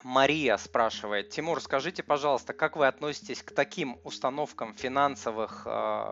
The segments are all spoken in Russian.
Мария спрашивает: Тимур, скажите, пожалуйста, как вы относитесь к таким установкам финансовых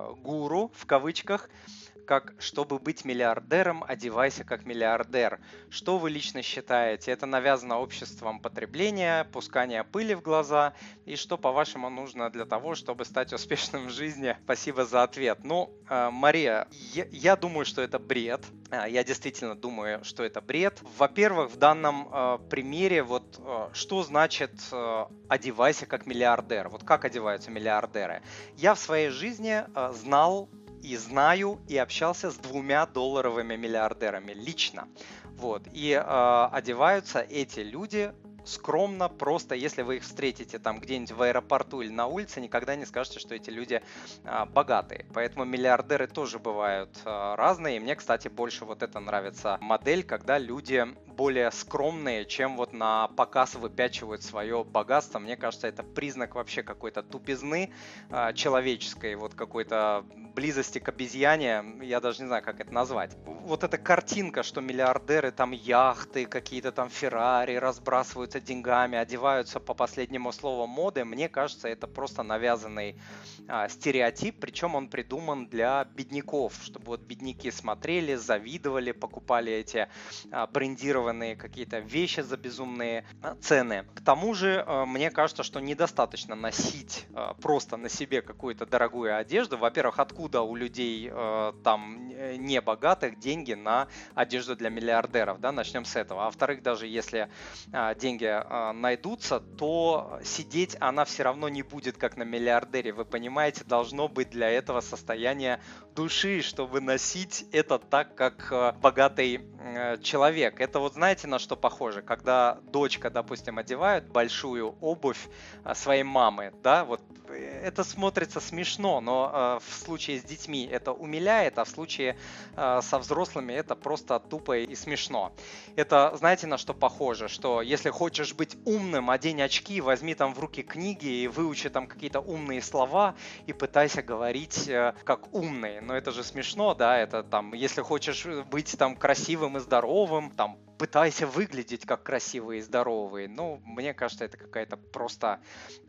гуру, в кавычках, как «чтобы быть миллиардером, одевайся как миллиардер». Что вы лично считаете? Это навязано обществом потребления, пускание пыли в глаза? И что, по-вашему, нужно для того, чтобы стать успешным в жизни? Спасибо за ответ. Ну, Мария, я думаю, что это бред. Я действительно думаю, что это бред. Во-первых, в данном примере, вот что значит «одевайся как миллиардер»? Вот как одеваются миллиардеры? Я в своей жизни знал и знаю, и общался с 2-долларовыми миллиардерами лично. Вот. И одеваются эти люди скромно, просто, если вы их встретите там где-нибудь в аэропорту или на улице, никогда не скажете, что эти люди богатые. Поэтому миллиардеры тоже бывают разные. И мне, кстати, больше вот это нравится модель, когда люди более скромные, чем вот на показ выпячивают свое богатство. Мне кажется, это признак вообще какой-то тупизны человеческой, вот какой-то близости к обезьяне, я даже не знаю, как это назвать. Вот эта картинка, что миллиардеры там яхты, какие-то там Феррари, разбрасываются деньгами, одеваются по последнему слову моды, мне кажется, это просто навязанный стереотип, причем он придуман для бедняков, чтобы вот бедняки смотрели, завидовали, покупали эти брендированные какие-то вещи за безумные цены. К тому же, мне кажется, что недостаточно носить просто на себе какую-то дорогую одежду. Во-первых, откуда у людей там не богатых деньги на одежду для миллиардеров, да, начнем с этого. А во-вторых, даже если деньги найдутся, то сидеть она все равно не будет как на миллиардере, вы понимаете, должно быть для этого состояние души, чтобы носить это так, как богатый человек. Это вот знаете, на что похоже? Когда дочка, допустим, одевает большую обувь своей мамы, да, вот это смотрится смешно, но в случае с детьми это умиляет, а в случае со взрослыми это просто тупо и смешно. Это знаете, на что похоже? Что если хочешь быть умным, одень очки, возьми там в руки книги и выучи там какие-то умные слова и пытайся говорить как умный. Но это же смешно, да, это там, если хочешь быть там красивым и здоровым, там, пытайся выглядеть как красивый и здоровый. Ну, мне кажется, это какая-то просто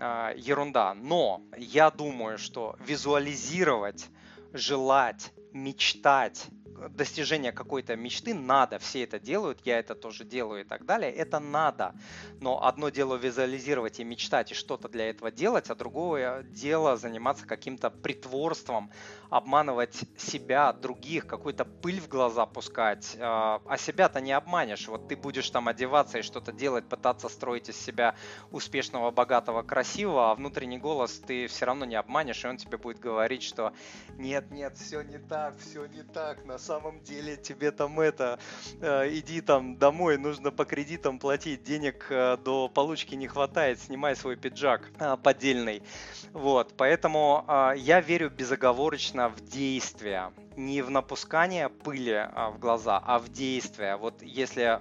ерунда. Но я думаю, что визуализировать, желать, мечтать, достижение какой-то мечты надо, все это делают, я это тоже делаю и так далее, это надо. Но одно дело визуализировать и мечтать и что-то для этого делать, а другое дело заниматься каким-то притворством, обманывать себя, других, какую-то пыль в глаза пускать, а себя-то не обманешь. Вот ты будешь там одеваться и что-то делать, пытаться строить из себя успешного, богатого, красивого, а внутренний голос ты все равно не обманешь, и он тебе будет говорить, что нет, все не так, на самом деле тебе там иди там домой, нужно по кредитам платить, денег до получки не хватает, снимай свой пиджак поддельный. Вот, поэтому я верю безоговорочно в действия, не в напускание пыли в глаза, а в действия. Вот если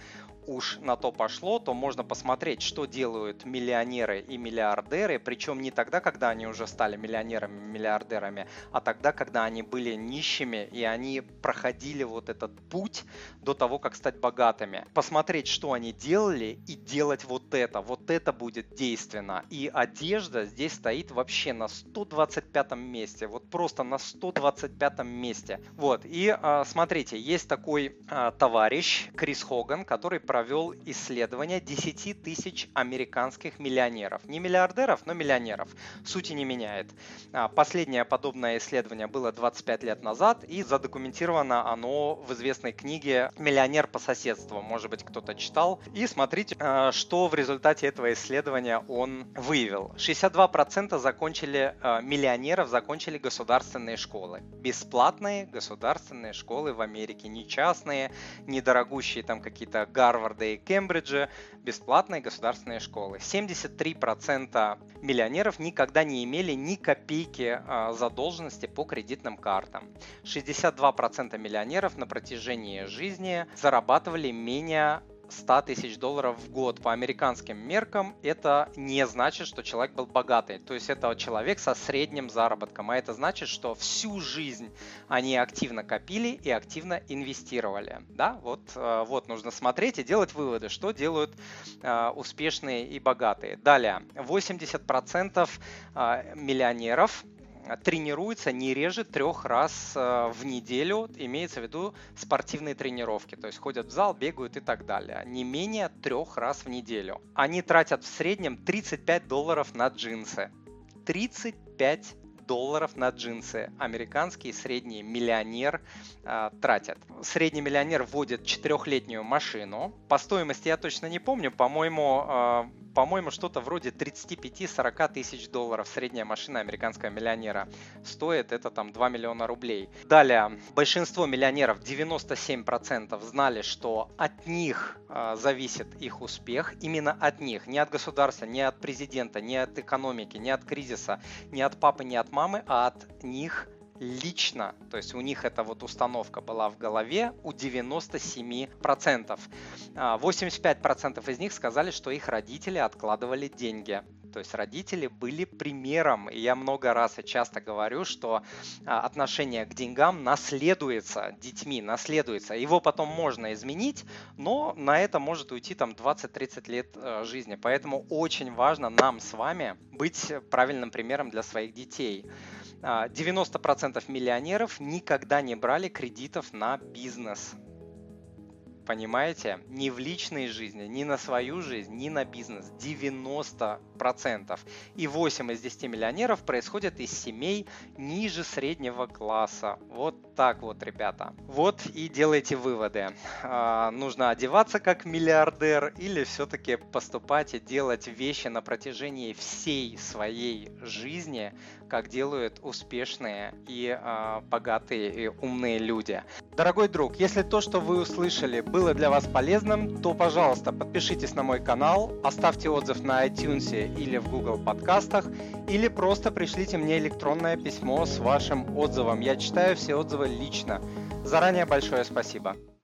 уж на то пошло, то можно посмотреть, что делают миллионеры и миллиардеры, причем не тогда, когда они уже стали миллионерами и миллиардерами, а тогда, когда они были нищими и они проходили вот этот путь до того, как стать богатыми. Посмотреть, что они делали, и делать вот это будет действенно. И одежда здесь стоит вообще на 125-м месте, вот просто на 125-м месте. Вот, и смотрите, есть такой товарищ Крис Хоган, который провел исследование 10 тысяч американских миллионеров. Не миллиардеров, но миллионеров. Сути не меняет. Последнее подобное исследование было 25 лет назад, и задокументировано оно в известной книге «Миллионер по соседству». Может быть, кто-то читал. И смотрите, что в результате этого исследования он выявил. 62% миллионеров закончили государственные школы. Бесплатные государственные школы в Америке. Не частные, не дорогущие там какие-то Гарварды и Кембриджи, бесплатные государственные школы. 73% миллионеров никогда не имели ни копейки задолженности по кредитным картам. 62% миллионеров на протяжении жизни зарабатывали менее 100 тысяч долларов в год. По американским меркам это не значит, что человек был богатый. То есть это человек со средним заработком. А это значит, что всю жизнь они активно копили и активно инвестировали. Да? Вот нужно смотреть и делать выводы, что делают успешные и богатые. Далее, 80% миллионеров тренируется не реже 3 раз в неделю, имеется в виду спортивные тренировки, то есть ходят в зал, бегают и так далее, не менее 3 раз в неделю. Они тратят в среднем $35 на джинсы. $35 на джинсы американский средний миллионер тратит. Средний миллионер водит 4-летнюю машину. По стоимости я точно не помню, по-моему, что-то вроде 35-40 тысяч долларов средняя машина американского миллионера стоит, это там 2 миллиона рублей. Далее, большинство миллионеров, 97% знали, что от них зависит их успех, именно от них, не от государства, не от президента, не от экономики, не от кризиса, не от папы, не от мамы, а от них лично, то есть у них эта вот установка была в голове у 97%. 85% из них сказали, что их родители откладывали деньги. То есть родители были примером. И я много раз и часто говорю, что отношение к деньгам наследуется детьми, наследуется. Его потом можно изменить, но на это может уйти там 20-30 лет жизни. Поэтому очень важно нам с вами быть правильным примером для своих детей. 90% миллионеров никогда не брали кредитов на бизнес. Понимаете? Ни в личной жизни, ни на свою жизнь, ни на бизнес. 90%. И 8 из 10 миллионеров происходят из семей ниже среднего класса. Вот так вот, ребята. Вот и делайте выводы. Нужно одеваться как миллиардер или все-таки поступать и делать вещи на протяжении всей своей жизни, как делают успешные и богатые и умные люди. Дорогой друг, если то, что вы услышали, было для вас полезным, то, пожалуйста, подпишитесь на мой канал, оставьте отзыв на iTunes или в Google подкастах, или просто пришлите мне электронное письмо с вашим отзывом. Я читаю все отзывы лично. Заранее большое спасибо.